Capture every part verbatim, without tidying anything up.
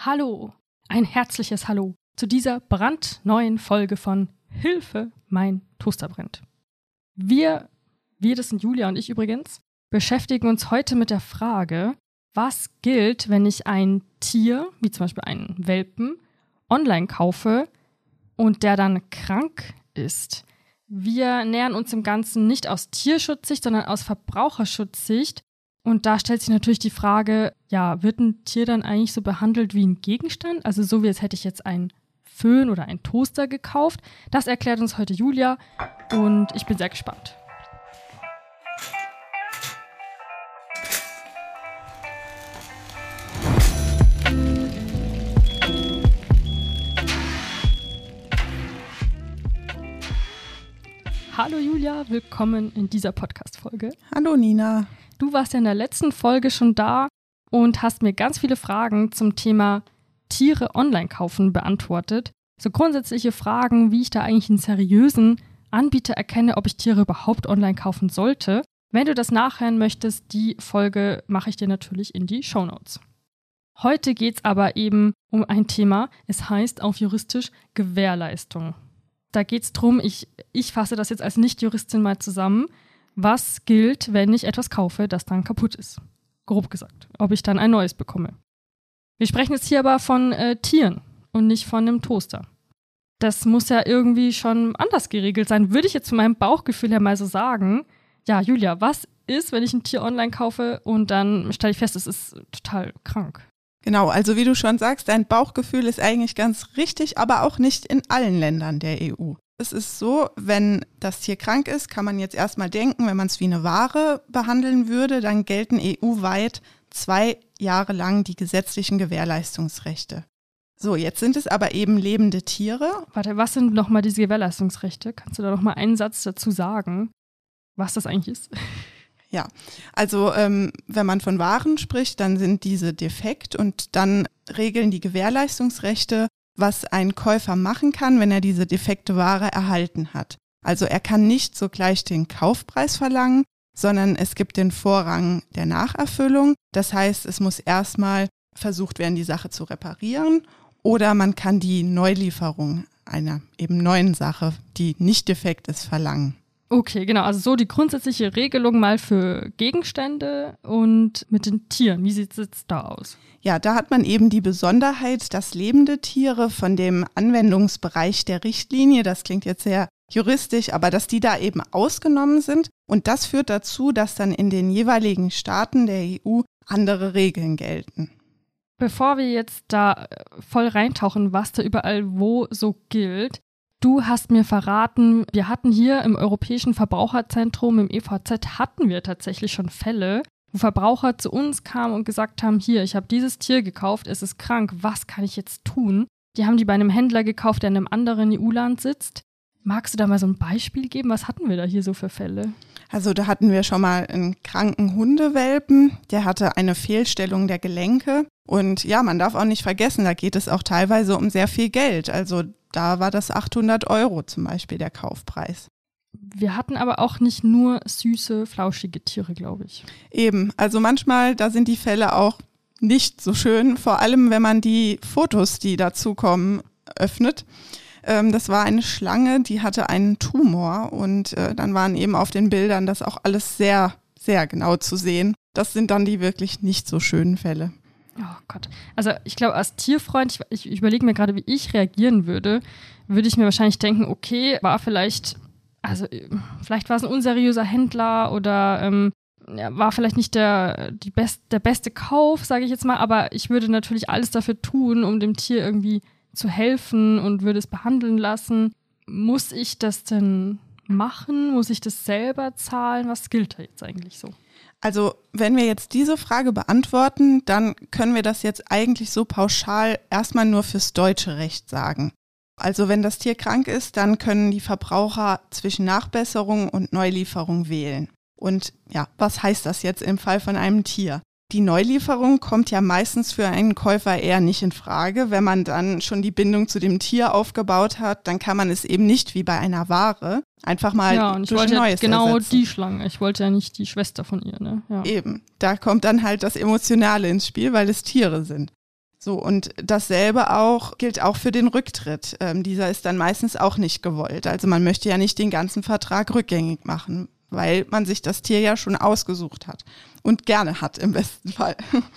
Hallo, ein herzliches Hallo zu dieser brandneuen Folge von Hilfe, mein Toaster brennt. Wir, wir, das sind Julia und ich übrigens, beschäftigen uns heute mit der Frage, was gilt, wenn ich ein Tier, wie zum Beispiel einen Welpen, online kaufe und der dann krank ist. Wir nähern uns dem Ganzen nicht aus Tierschutzsicht, sondern aus Verbraucherschutzsicht. Und da stellt sich natürlich die Frage, ja, wird ein Tier dann eigentlich so behandelt wie ein Gegenstand? Also so wie als hätte ich jetzt einen Föhn oder einen Toaster gekauft. Das erklärt uns heute Julia und ich bin sehr gespannt. Hallo Julia, willkommen in dieser Podcast-Folge. Hallo Nina. Du warst ja in der letzten Folge schon da und hast mir ganz viele Fragen zum Thema Tiere online kaufen beantwortet. So grundsätzliche Fragen, wie ich da eigentlich einen seriösen Anbieter erkenne, ob ich Tiere überhaupt online kaufen sollte. Wenn du das nachhören möchtest, die Folge mache ich dir natürlich in die Shownotes. Heute geht es aber eben um ein Thema, es heißt auf juristisch Gewährleistung. Da geht es darum, ich, ich fasse das jetzt als Nicht-Juristin mal zusammen, was gilt, wenn ich etwas kaufe, das dann kaputt ist. Grob gesagt, ob ich dann ein neues bekomme. Wir sprechen jetzt hier aber von äh, Tieren und nicht von einem Toaster. Das muss ja irgendwie schon anders geregelt sein, würde ich jetzt von meinem Bauchgefühl her mal so sagen. Ja, Julia, was ist, wenn ich ein Tier online kaufe und dann stelle ich fest, es ist total krank? Genau, also wie du schon sagst, dein Bauchgefühl ist eigentlich ganz richtig, aber auch nicht in allen Ländern der E U. Es ist so, wenn das Tier krank ist, kann man jetzt erstmal denken, wenn man es wie eine Ware behandeln würde, dann gelten E U-weit zwei Jahre lang die gesetzlichen Gewährleistungsrechte. So, jetzt sind es aber eben lebende Tiere. Warte, was sind nochmal diese Gewährleistungsrechte? Kannst du da nochmal einen Satz dazu sagen, was das eigentlich ist? Ja, also ähm, wenn man von Waren spricht, dann sind diese defekt und dann regeln die Gewährleistungsrechte, was ein Käufer machen kann, wenn er diese defekte Ware erhalten hat. Also er kann nicht sogleich den Kaufpreis verlangen, sondern es gibt den Vorrang der Nacherfüllung. Das heißt, es muss erstmal versucht werden, die Sache zu reparieren oder man kann die Neulieferung einer eben neuen Sache, die nicht defekt ist, verlangen. Okay, genau. Also so die grundsätzliche Regelung mal für Gegenstände und mit den Tieren. Wie sieht es jetzt da aus? Ja, da hat man eben die Besonderheit, dass lebende Tiere von dem Anwendungsbereich der Richtlinie, das klingt jetzt sehr juristisch, aber dass die da eben ausgenommen sind. Und das führt dazu, dass dann in den jeweiligen Staaten der E U andere Regeln gelten. Bevor wir jetzt da voll reintauchen, was da überall wo so gilt, du hast mir verraten, wir hatten hier im Europäischen Verbraucherzentrum, im E V Z, hatten wir tatsächlich schon Fälle, wo Verbraucher zu uns kamen und gesagt haben, hier, ich habe dieses Tier gekauft, es ist krank, was kann ich jetzt tun? Die haben die bei einem Händler gekauft, der in einem anderen E U-Land sitzt. Magst du da mal so ein Beispiel geben? Was hatten wir da hier so für Fälle? Also da hatten wir schon mal einen kranken Hundewelpen, der hatte eine Fehlstellung der Gelenke. Und ja, man darf auch nicht vergessen, da geht es auch teilweise um sehr viel Geld. Also da war das achthundert Euro zum Beispiel der Kaufpreis. Wir hatten aber auch nicht nur süße, flauschige Tiere, glaube ich. Eben, also manchmal, da sind die Fälle auch nicht so schön, vor allem wenn man die Fotos, die dazukommen, öffnet. Ähm, das war eine Schlange, die hatte einen Tumor und äh, dann waren eben auf den Bildern das auch alles sehr, sehr genau zu sehen. Das sind dann die wirklich nicht so schönen Fälle. Oh Gott. Also ich glaube, als Tierfreund, ich, ich überlege mir gerade, wie ich reagieren würde, würde ich mir wahrscheinlich denken, okay, war vielleicht, also vielleicht war es ein unseriöser Händler oder ähm, ja, war vielleicht nicht der, die best, der beste Kauf, sage ich jetzt mal, aber ich würde natürlich alles dafür tun, um dem Tier irgendwie zu helfen und würde es behandeln lassen. Muss ich das denn machen? Muss ich das selber zahlen? Was gilt da jetzt eigentlich so? Also wenn wir jetzt diese Frage beantworten, dann können wir das jetzt eigentlich so pauschal erstmal nur fürs deutsche Recht sagen. Also wenn das Tier krank ist, dann können die Verbraucher zwischen Nachbesserung und Neulieferung wählen. Und ja, was heißt das jetzt im Fall von einem Tier? Die Neulieferung kommt ja meistens für einen Käufer eher nicht in Frage. Wenn man dann schon die Bindung zu dem Tier aufgebaut hat, dann kann man es eben nicht wie bei einer Ware einfach mal ja, und ich durch wollte ein Neues ja genau ersetzen. die Schlange. Ich wollte ja nicht die Schwester von ihr. Ne? Ja. Eben, da kommt dann halt das Emotionale ins Spiel, weil es Tiere sind. So, und dasselbe auch gilt auch für den Rücktritt. Ähm, dieser ist dann meistens auch nicht gewollt. Also man möchte ja nicht den ganzen Vertrag rückgängig machen, weil man sich das Tier ja schon ausgesucht hat und gerne hat im besten Fall.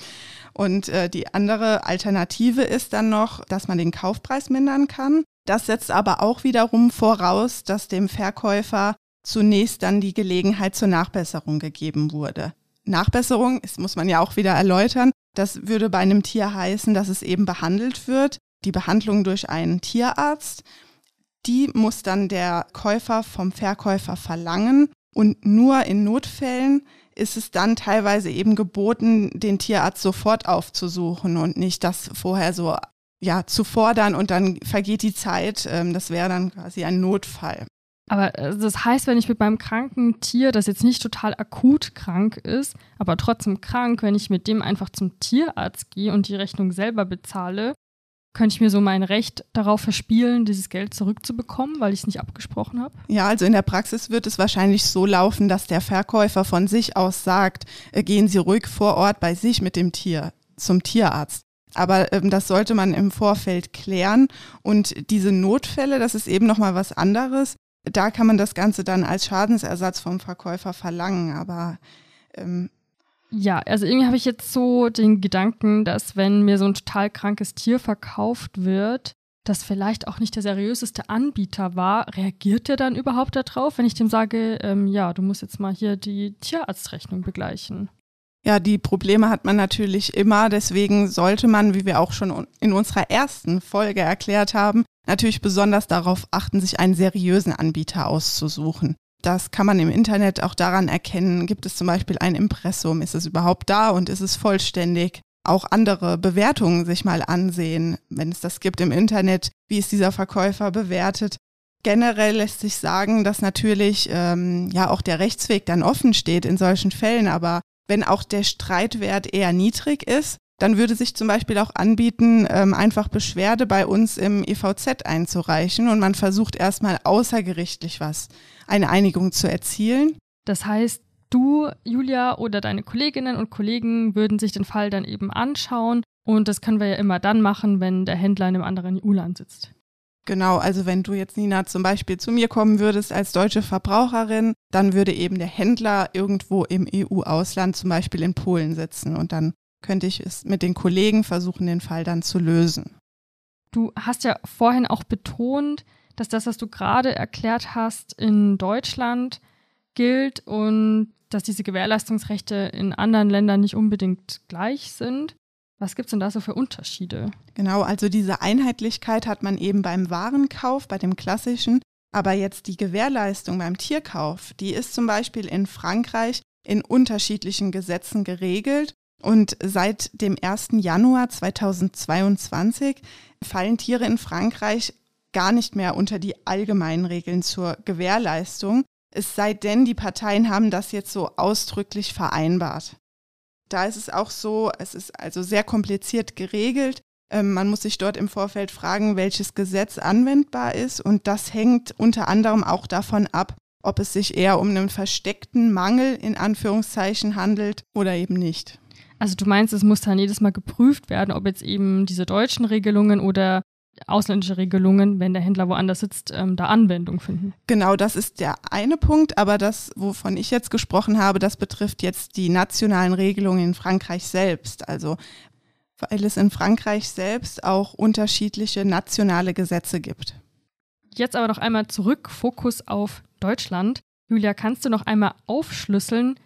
Und äh, die andere Alternative ist dann noch, dass man den Kaufpreis mindern kann. Das setzt aber auch wiederum voraus, dass dem Verkäufer zunächst dann die Gelegenheit zur Nachbesserung gegeben wurde. Nachbesserung, das muss man ja auch wieder erläutern, das würde bei einem Tier heißen, dass es eben behandelt wird. Die Behandlung durch einen Tierarzt, die muss dann der Käufer vom Verkäufer verlangen. Und nur in Notfällen ist es dann teilweise eben geboten, den Tierarzt sofort aufzusuchen und nicht das vorher so ja, zu fordern und dann vergeht die Zeit. Das wäre dann quasi ein Notfall. Aber das heißt, wenn ich mit meinem kranken Tier, das jetzt nicht total akut krank ist, aber trotzdem krank, wenn ich mit dem einfach zum Tierarzt gehe und die Rechnung selber bezahle, könnte ich mir so mein Recht darauf verspielen, dieses Geld zurückzubekommen, weil ich es nicht abgesprochen habe? Ja, also in der Praxis wird es wahrscheinlich so laufen, dass der Verkäufer von sich aus sagt, äh, gehen Sie ruhig vor Ort bei sich mit dem Tier zum Tierarzt. Aber ähm, das sollte man im Vorfeld klären. Und diese Notfälle, das ist eben nochmal was anderes. Da kann man das Ganze dann als Schadensersatz vom Verkäufer verlangen. Aber ähm, ja, also irgendwie habe ich jetzt so den Gedanken, dass wenn mir so ein total krankes Tier verkauft wird, das vielleicht auch nicht der seriöseste Anbieter war, reagiert der dann überhaupt darauf, wenn ich dem sage, ähm, ja, du musst jetzt mal hier die Tierarztrechnung begleichen? Ja, die Probleme hat man natürlich immer. Deswegen sollte man, wie wir auch schon in unserer ersten Folge erklärt haben, natürlich besonders darauf achten, sich einen seriösen Anbieter auszusuchen. Das kann man im Internet auch daran erkennen, gibt es zum Beispiel ein Impressum, ist es überhaupt da und ist es vollständig? Auch andere Bewertungen sich mal ansehen, wenn es das gibt im Internet, wie ist dieser Verkäufer bewertet. Generell lässt sich sagen, dass natürlich ähm, ja auch der Rechtsweg dann offen steht in solchen Fällen, aber wenn auch der Streitwert eher niedrig ist, dann würde sich zum Beispiel auch anbieten, ähm, einfach Beschwerde bei uns im E V Z einzureichen und man versucht erstmal außergerichtlich was, eine Einigung zu erzielen. Das heißt, du, Julia, oder deine Kolleginnen und Kollegen würden sich den Fall dann eben anschauen und das können wir ja immer dann machen, wenn der Händler in einem anderen E U-Land sitzt. Genau, also wenn du jetzt, Nina, zum Beispiel zu mir kommen würdest als deutsche Verbraucherin, dann würde eben der Händler irgendwo im E U-Ausland, zum Beispiel in Polen sitzen und dann könnte ich es mit den Kollegen versuchen, den Fall dann zu lösen. Du hast ja vorhin auch betont, dass das, was du gerade erklärt hast, in Deutschland gilt und dass diese Gewährleistungsrechte in anderen Ländern nicht unbedingt gleich sind. Was gibt es denn da so für Unterschiede? Genau, also diese Einheitlichkeit hat man eben beim Warenkauf, bei dem klassischen, aber jetzt die Gewährleistung beim Tierkauf, die ist zum Beispiel in Frankreich in unterschiedlichen Gesetzen geregelt. Und seit dem ersten Januar zweitausendzweiundzwanzig fallen Tiere in Frankreich gar nicht mehr unter die allgemeinen Regeln zur Gewährleistung, es sei denn, die Parteien haben das jetzt so ausdrücklich vereinbart. Da ist es auch so, es ist also sehr kompliziert geregelt. Ähm, man muss sich dort im Vorfeld fragen, welches Gesetz anwendbar ist und das hängt unter anderem auch davon ab, ob es sich eher um einen versteckten Mangel in Anführungszeichen handelt oder eben nicht. Also du meinst, es muss dann jedes Mal geprüft werden, ob jetzt eben diese deutschen Regelungen oder ausländische Regelungen, wenn der Händler woanders sitzt, ähm, da Anwendung finden? Genau, das ist der eine Punkt, aber das, wovon ich jetzt gesprochen habe, das betrifft jetzt die nationalen Regelungen in Frankreich selbst. Also weil es in Frankreich selbst auch unterschiedliche nationale Gesetze gibt. Jetzt aber noch einmal zurück, Fokus auf Deutschland. Julia, kannst du noch einmal aufschlüsseln,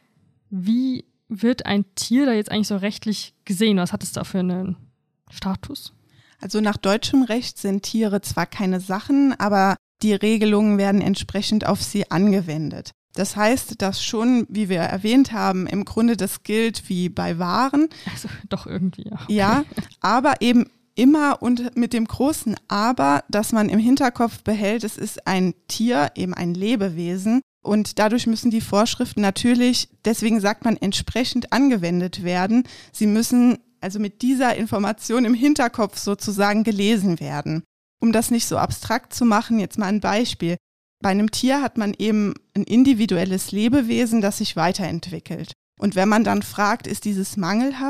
wie wird ein Tier da jetzt eigentlich so rechtlich gesehen? Was hat es da für einen Status? Also nach deutschem Recht sind Tiere zwar keine Sachen, aber die Regelungen werden entsprechend auf sie angewendet. Das heißt, dass schon, wie wir erwähnt haben, im Grunde das gilt wie bei Waren. Also doch irgendwie, ja. Okay. Ja, aber eben immer und mit dem großen Aber, dass man im Hinterkopf behält, es ist ein Tier, eben ein Lebewesen. Und dadurch müssen die Vorschriften natürlich, deswegen sagt man, entsprechend angewendet werden. Sie müssen also mit dieser Information im Hinterkopf sozusagen gelesen werden. Um das nicht so abstrakt zu machen, jetzt mal ein Beispiel. Bei einem Tier hat man eben ein individuelles Lebewesen, das sich weiterentwickelt. Und wenn man dann fragt, ist dieses mangelhaft,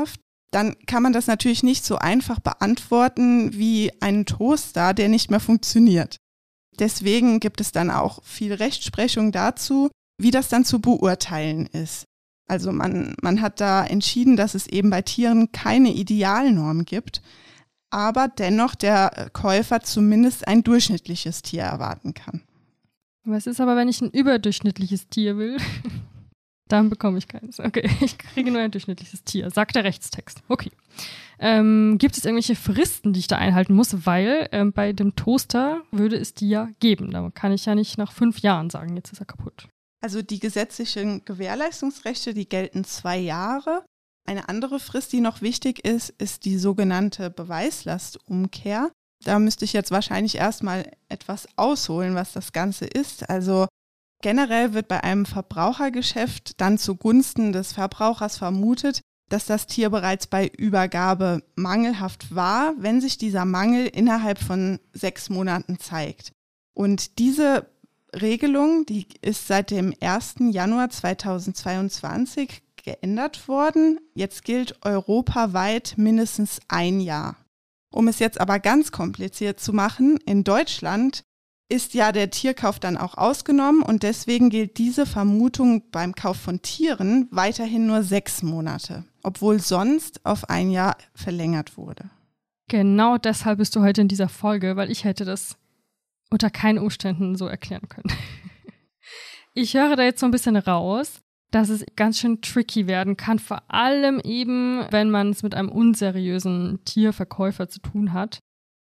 dann kann man das natürlich nicht so einfach beantworten wie einen Toaster, der nicht mehr funktioniert. Deswegen gibt es dann auch viel Rechtsprechung dazu, wie das dann zu beurteilen ist. Also man, man hat da entschieden, dass es eben bei Tieren keine Idealnorm gibt, aber dennoch der Käufer zumindest ein durchschnittliches Tier erwarten kann. Was ist aber, wenn ich ein überdurchschnittliches Tier will? Dann bekomme ich keins. Okay, ich kriege nur ein durchschnittliches Tier, sagt der Rechtstext. Okay. Ähm, gibt es irgendwelche Fristen, die ich da einhalten muss? Weil ähm, bei dem Toaster würde es die ja geben. Da kann ich ja nicht nach fünf Jahren sagen, jetzt ist er kaputt. Also die gesetzlichen Gewährleistungsrechte, die gelten zwei Jahre. Eine andere Frist, die noch wichtig ist, ist die sogenannte Beweislastumkehr. Da müsste ich jetzt wahrscheinlich erstmal etwas ausholen, was das Ganze ist. Also generell wird bei einem Verbrauchergeschäft dann zugunsten des Verbrauchers vermutet, dass das Tier bereits bei Übergabe mangelhaft war, wenn sich dieser Mangel innerhalb von sechs Monaten zeigt. Und diese Regelung, die ist seit dem ersten Januar zweitausendzweiundzwanzig geändert worden. Jetzt gilt europaweit mindestens ein Jahr. Um es jetzt aber ganz kompliziert zu machen, in Deutschland ist ja der Tierkauf dann auch ausgenommen und deswegen gilt diese Vermutung beim Kauf von Tieren weiterhin nur sechs Monate, obwohl sonst auf ein Jahr verlängert wurde. Genau deshalb bist du heute in dieser Folge, weil ich hätte das unter keinen Umständen so erklären können. Ich höre da jetzt so ein bisschen raus, dass es ganz schön tricky werden kann, vor allem eben, wenn man es mit einem unseriösen Tierverkäufer zu tun hat.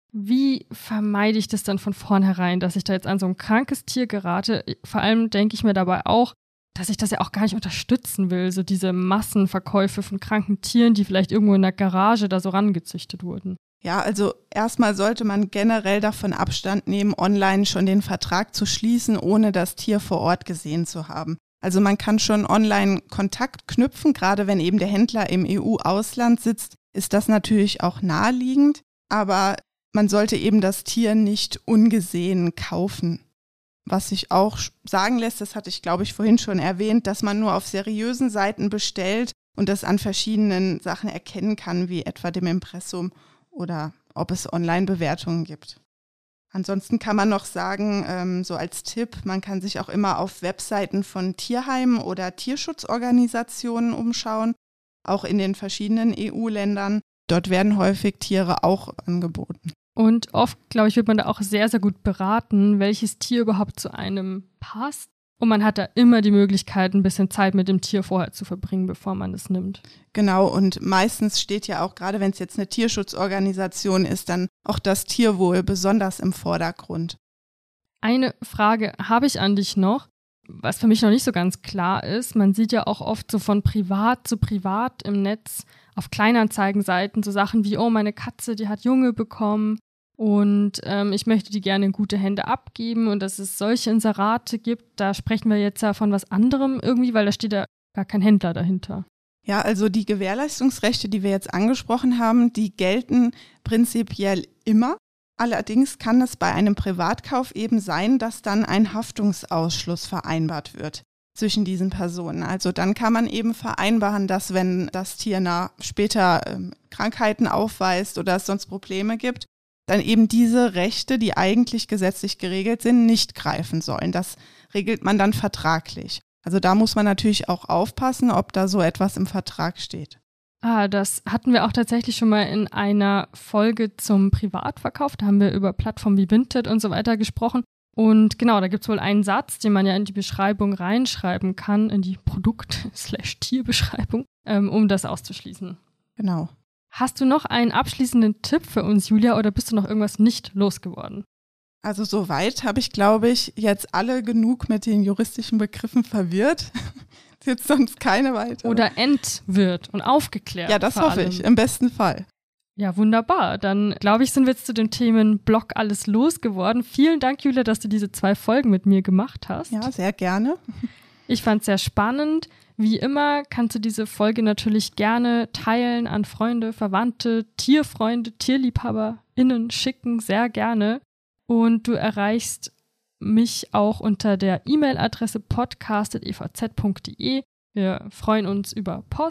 Wie vermeide ich das dann von vornherein, dass ich da jetzt an so ein krankes Tier gerate? Vor allem denke ich mir dabei auch, dass ich das ja auch gar nicht unterstützen will, so diese Massenverkäufe von kranken Tieren, die vielleicht irgendwo in der Garage da so rangezüchtet wurden. Ja, also erstmal sollte man generell davon Abstand nehmen, online schon den Vertrag zu schließen, ohne das Tier vor Ort gesehen zu haben. Also man kann schon online Kontakt knüpfen, gerade wenn eben der Händler im E U-Ausland sitzt, ist das natürlich auch naheliegend, aber man sollte eben das Tier nicht ungesehen kaufen. Was sich auch sagen lässt, das hatte ich glaube ich vorhin schon erwähnt, dass man nur auf seriösen Seiten bestellt und das an verschiedenen Sachen erkennen kann, wie etwa dem Impressum oder ob es Online-Bewertungen gibt. Ansonsten kann man noch sagen, ähm, so als Tipp, man kann sich auch immer auf Webseiten von Tierheimen oder Tierschutzorganisationen umschauen, auch in den verschiedenen E U-Ländern. Dort werden häufig Tiere auch angeboten. Und oft, glaube ich, wird man da auch sehr, sehr gut beraten, welches Tier überhaupt zu einem passt. Und man hat da immer die Möglichkeit, ein bisschen Zeit mit dem Tier vorher zu verbringen, bevor man es nimmt. Genau, und meistens steht ja auch, gerade wenn es jetzt eine Tierschutzorganisation ist, dann auch das Tierwohl besonders im Vordergrund. Eine Frage habe ich an dich noch, was für mich noch nicht so ganz klar ist. Man sieht ja auch oft so von privat zu privat im Netz auf Kleinanzeigenseiten so Sachen wie, oh, meine Katze, die hat Junge bekommen. Und ähm, ich möchte die gerne in gute Hände abgeben und dass es solche Inserate gibt, da sprechen wir jetzt ja von was anderem irgendwie, weil da steht ja gar kein Händler dahinter. Ja, also die Gewährleistungsrechte, die wir jetzt angesprochen haben, die gelten prinzipiell immer. Allerdings kann es bei einem Privatkauf eben sein, dass dann ein Haftungsausschluss vereinbart wird zwischen diesen Personen. Also dann kann man eben vereinbaren, dass wenn das Tier na, später ähm, Krankheiten aufweist oder es sonst Probleme gibt, dann eben diese Rechte, die eigentlich gesetzlich geregelt sind, nicht greifen sollen. Das regelt man dann vertraglich. Also da muss man natürlich auch aufpassen, ob da so etwas im Vertrag steht. Ah, das hatten wir auch tatsächlich schon mal in einer Folge zum Privatverkauf. Da haben wir über Plattformen wie Vinted und so weiter gesprochen. Und genau, da gibt es wohl einen Satz, den man ja in die Beschreibung reinschreiben kann, in die Produkt-Tierbeschreibung, ähm, um das auszuschließen. Genau. Hast du noch einen abschließenden Tipp für uns, Julia, oder bist du noch irgendwas nicht losgeworden? Also soweit habe ich, glaube ich, jetzt alle genug mit den juristischen Begriffen verwirrt. Jetzt sonst keine weitere. Oder entwirrt und aufgeklärt. Ja, das hoffe allem. ich, im besten Fall. Ja, wunderbar. Dann, glaube ich, sind wir jetzt zu dem Themenblock alles losgeworden. Vielen Dank, Julia, dass du diese zwei Folgen mit mir gemacht hast. Ja, sehr gerne. Ich fand es sehr spannend. Wie immer kannst du diese Folge natürlich gerne teilen an Freunde, Verwandte, Tierfreunde, TierliebhaberInnen schicken, sehr gerne. Und du erreichst mich auch unter der E-Mail-Adresse podcast punkt e v z punkt d e. Wir freuen uns über Post.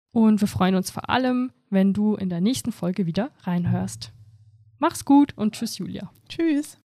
Und wir freuen uns vor allem, wenn du in der nächsten Folge wieder reinhörst. Mach's gut und tschüss, Julia. Tschüss.